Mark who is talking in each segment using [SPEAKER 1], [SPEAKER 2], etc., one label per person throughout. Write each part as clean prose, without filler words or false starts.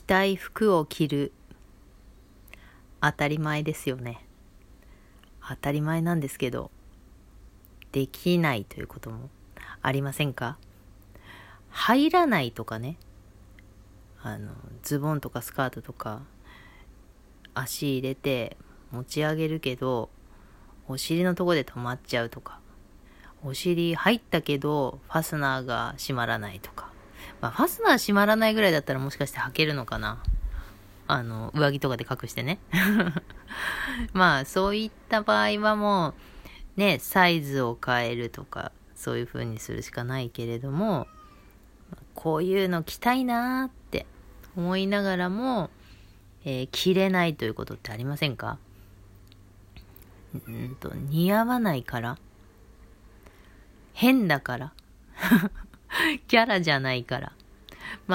[SPEAKER 1] たい服を着る。当たり前ですよね。当たり前なんですけど、できないということもありませんか？入らないとかね、ズボンとかスカートとか足入れて持ち上げるけどお尻のとこで止まっちゃうとか、お尻入ったけどファスナーが閉まらないとか、ファスナー閉まらないぐらいだったらもしかして履けるのかな、上着とかで隠してねそういった場合はもうね、サイズを変えるとかそういう風にするしかないけれども、こういうの着たいなーって思いながらも、着れないということってありませんか？似合わないから、変だからキャラじゃないから、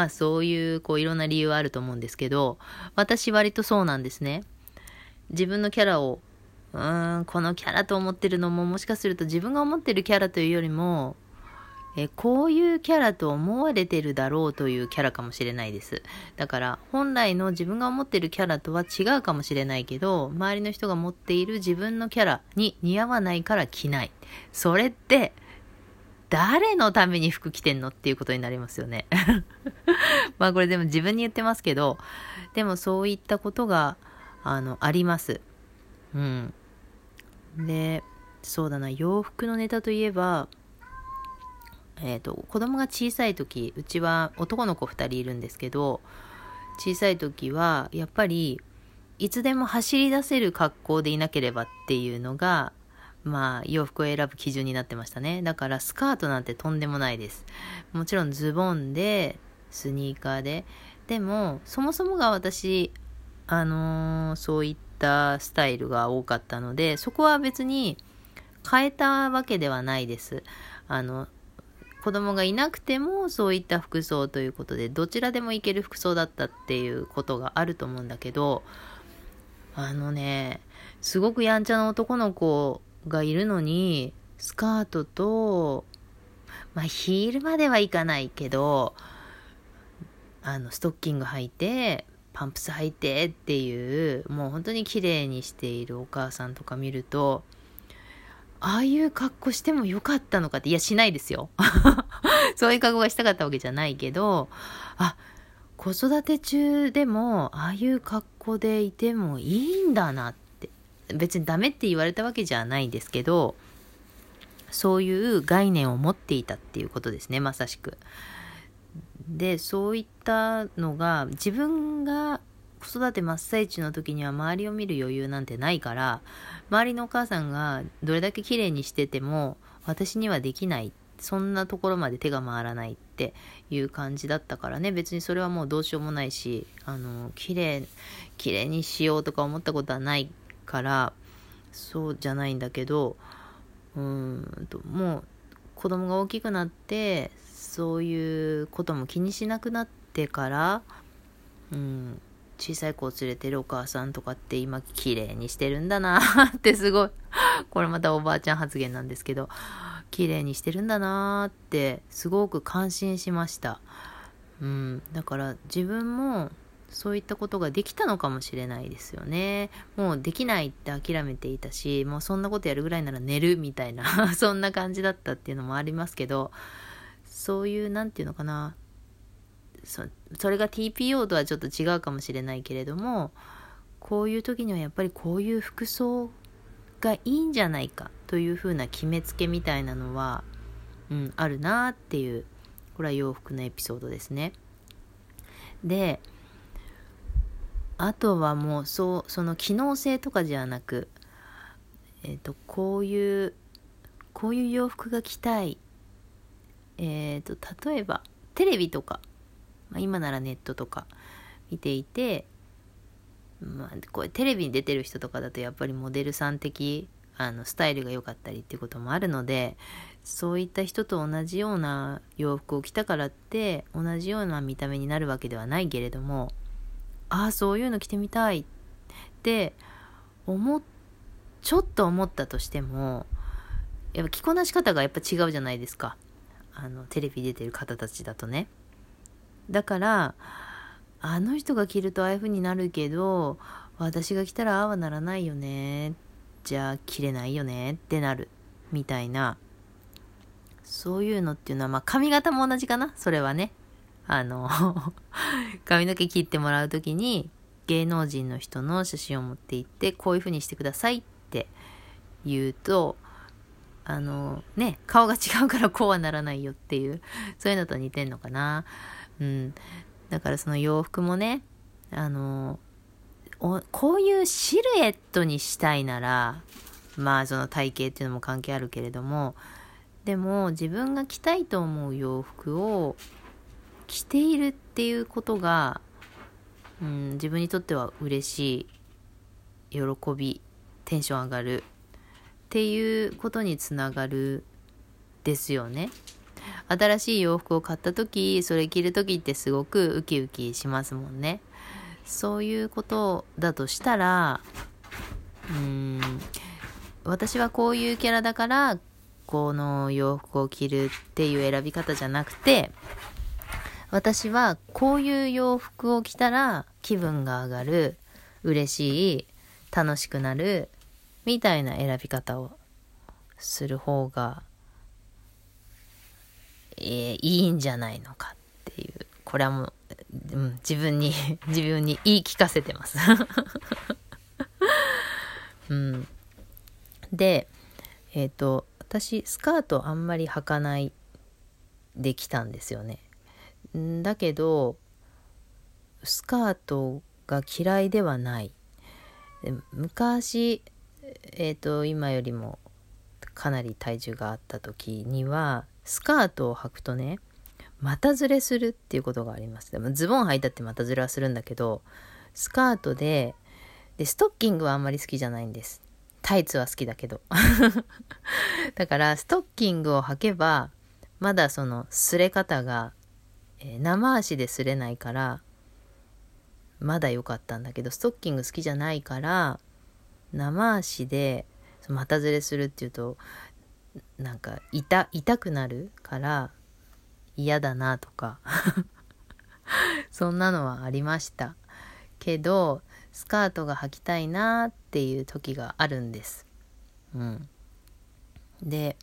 [SPEAKER 1] そういういろんな理由はあると思うんですけど、私割とそうなんですね。自分のキャラをこのキャラと思ってるのも、もしかすると自分が思ってるキャラというよりもこういうキャラと思われてるだろうというキャラかもしれないです。だから本来の自分が思ってるキャラとは違うかもしれないけど、周りの人が持っている自分のキャラに似合わないから着ない。それって誰のために服着てんのっていうことになりますよねこれでも自分に言ってますけど、でもそういったことがあります。で、そうだな、洋服のネタといえば、子供が小さい時、うちは男の子2人いるんですけど、小さい時はやっぱりいつでも走り出せる格好でいなければっていうのが洋服を選ぶ基準になってましたね。だからスカートなんてとんでもないです。もちろんズボンでスニーカーで、でもそもそもが私そういったスタイルが多かったので、そこは別に変えたわけではないです。子供がいなくてもそういった服装ということで、どちらでもいける服装だったっていうことがあると思うんだけど、すごくやんちゃな男の子がいるのに、スカートとヒールまではいかないけど、ストッキング履いてパンプス履いてっていう、もう本当に綺麗にしているお母さんとか見ると、ああいう格好してもよかったのかって、いやしないですよそういう格好がしたかったわけじゃないけど、子育て中でもああいう格好でいてもいいんだなって、別にダメって言われたわけじゃないですけど、そういう概念を持っていたっていうことですね、まさしく。で、そういったのが自分が子育て真っ最中の時には周りを見る余裕なんてないから、周りのお母さんがどれだけ綺麗にしてても私にはできない、そんなところまで手が回らないっていう感じだったからね、別にそれはもうどうしようもないし、綺麗にしようとか思ったことはないから、そうじゃないんだけど、もう子供が大きくなってそういうことも気にしなくなってから、小さい子を連れてるお母さんとかって今綺麗にしてるんだなってすごいこれまたおばあちゃん発言なんですけど、綺麗にしてるんだなってすごく感心しました。だから自分もそういったことができたのかもしれないですよね。もうできないって諦めていたし、もうそんなことやるぐらいなら寝るみたいなそんな感じだったっていうのもありますけど、そういうなんていうのかな、それが TPO とはちょっと違うかもしれないけれども、こういう時にはやっぱりこういう服装がいいんじゃないかというふうな決めつけみたいなのは、あるなっていう、これは洋服のエピソードですね。で、あとはもうその機能性とかじゃなく、こういう洋服が着たい、例えばテレビとか、今ならネットとか見ていて、これテレビに出てる人とかだとやっぱりモデルさん的スタイルが良かったりっていうこともあるので、そういった人と同じような洋服を着たからって同じような見た目になるわけではないけれども、そういうの着てみたいってちょっと思ったとしても、やっぱ着こなし方がやっぱ違うじゃないですか、テレビ出てる方たちだとね。だからあの人が着るとああいう風になるけど、私が着たらああはならないよね。じゃあ着れないよねってなる。みたいな。そういうのっていうのは、まあ髪型も同じかなそれはね。髪の毛切ってもらうときに、芸能人の人の写真を持って行って、こういう風にしてくださいって言うと、顔が違うからこうはならないよっていう、そういうのと似てんのかな。うん。だからその洋服もね、こういうシルエットにしたいなら、まあその体型っていうのも関係あるけれども、でも自分が着たいと思う洋服を着ているっていうことが、自分にとっては嬉しい、喜び、テンション上がるっていうことにつながるですよね。新しい洋服を買った時、それ着る時ってすごくウキウキしますもんね。そういうことだとしたら、私はこういうキャラだからこの洋服を着るっていう選び方じゃなくて、私はこういう洋服を着たら気分が上がる、嬉しい、楽しくなるみたいな選び方をする方が、いいんじゃないのかっていう、これはもう、自分に言い聞かせてますで、私スカートあんまり履かないできたんですよね。だけどスカートが嫌いではない。昔、今よりもかなり体重があった時にはスカートを履くとね、股ずれするっていうことがあります。でもズボン履いたって股ずれはするんだけど、スカートでストッキングはあんまり好きじゃないんです。タイツは好きだけどだからストッキングを履けばまだその擦れ方が、生足で擦れないからまだ良かったんだけど、ストッキング好きじゃないから生足で股ずれするっていうとなんか痛くなるから嫌だなとかそんなのはありましたけど、スカートが履きたいなっていう時があるんです。で、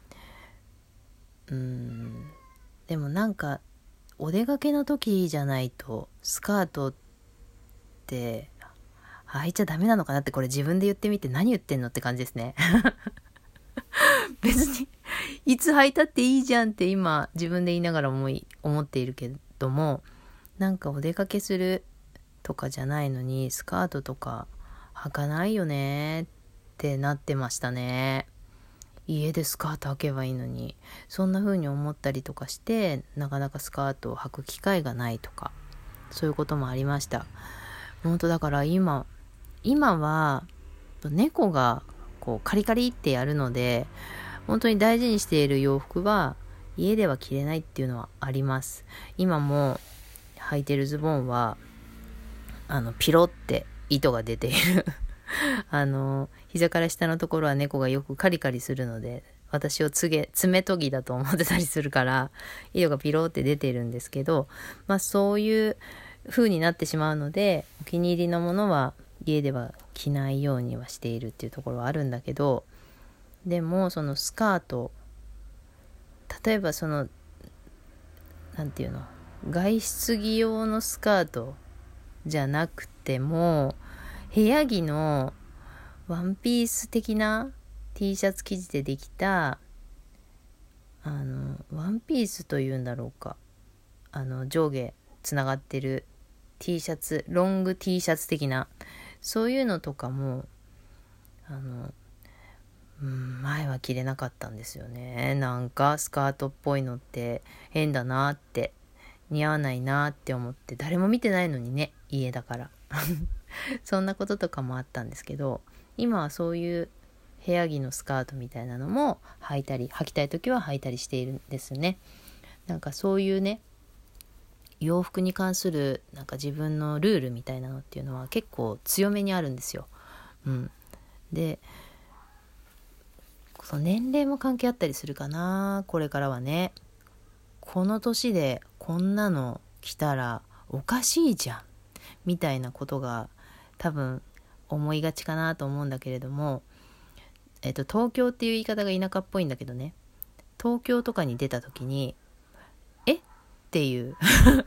[SPEAKER 1] でもなんかお出かけの時じゃないとスカートって履いちゃダメなのかなって、これ自分で言ってみて何言ってんのって感じですね別にいつ履いたっていいじゃんって今自分で言いながら思っているけども、なんかお出かけするとかじゃないのにスカートとか履かないよねってなってましたね。家でスカート履けばいいのに、そんな風に思ったりとかしてなかなかスカートを履く機会がないとか、そういうこともありました。本当だから今は猫がこうカリカリってやるので、本当に大事にしている洋服は家では着れないっていうのはあります。今も履いてるズボンはピロって糸が出ている膝から下のところは猫がよくカリカリするので、私を爪研ぎだと思ってたりするから糸がピロって出ているんですけど、そういう風になってしまうので、お気に入りのものは家では着ないようにはしているっていうところはあるんだけど、でもそのスカート、例えばそのなんていうの、外出着用のスカートじゃなくても部屋着のワンピース的な T シャツ生地でできたワンピースというんだろうか、上下つながってる T シャツ、ロング T シャツ的な、そういうのとかも前は着れなかったんですよね。なんかスカートっぽいのって変だなって、似合わないなって思って、誰も見てないのにね、家だからそんなこととかもあったんですけど、今はそういう部屋着のスカートみたいなのも履きたい時は履いたりしているんですね。なんかそういうね、洋服に関するなんか自分のルールみたいなのっていうのは結構強めにあるんですよ。で、その年齢も関係あったりするかな。これからはね、この年でこんなの着たらおかしいじゃんみたいなことが多分思いがちかなと思うんだけれども、東京っていう言い方が田舎っぽいんだけどね、東京とかに出た時にっていう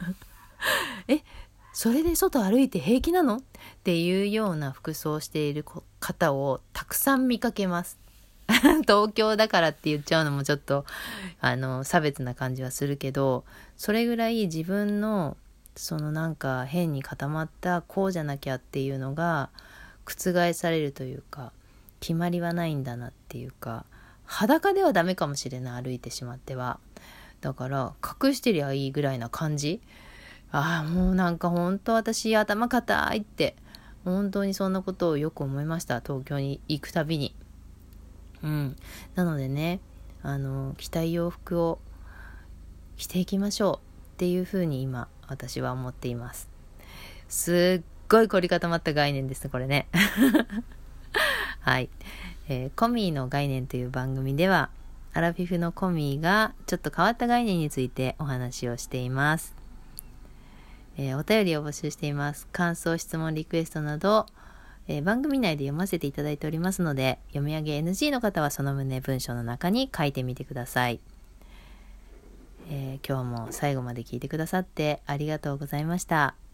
[SPEAKER 1] それで外歩いて平気なのっていうような服装をしている方をたくさん見かけます東京だからって言っちゃうのもちょっと差別な感じはするけど、それぐらい自分のそのなんか変に固まったこうじゃなきゃっていうのが覆されるというか、決まりはないんだなっていうか、裸ではダメかもしれない、歩いてしまっては。だから隠してりゃいいぐらいな感じ。もうなんか本当私頭固いって本当にそんなことをよく思いました、東京に行くたびに。なのでね、着たい洋服を着ていきましょうっていうふうに今私は思っています。すっごい凝り固まった概念ですこれねはい、コミーの概念という番組ではアラフィフのコミーがちょっと変わった概念についてお話をしています。お便りを募集しています。感想、質問、リクエストなど、番組内で読ませていただいておりますので、読み上げ NG の方はその旨文章の中に書いてみてください。今日も最後まで聞いてくださってありがとうございました。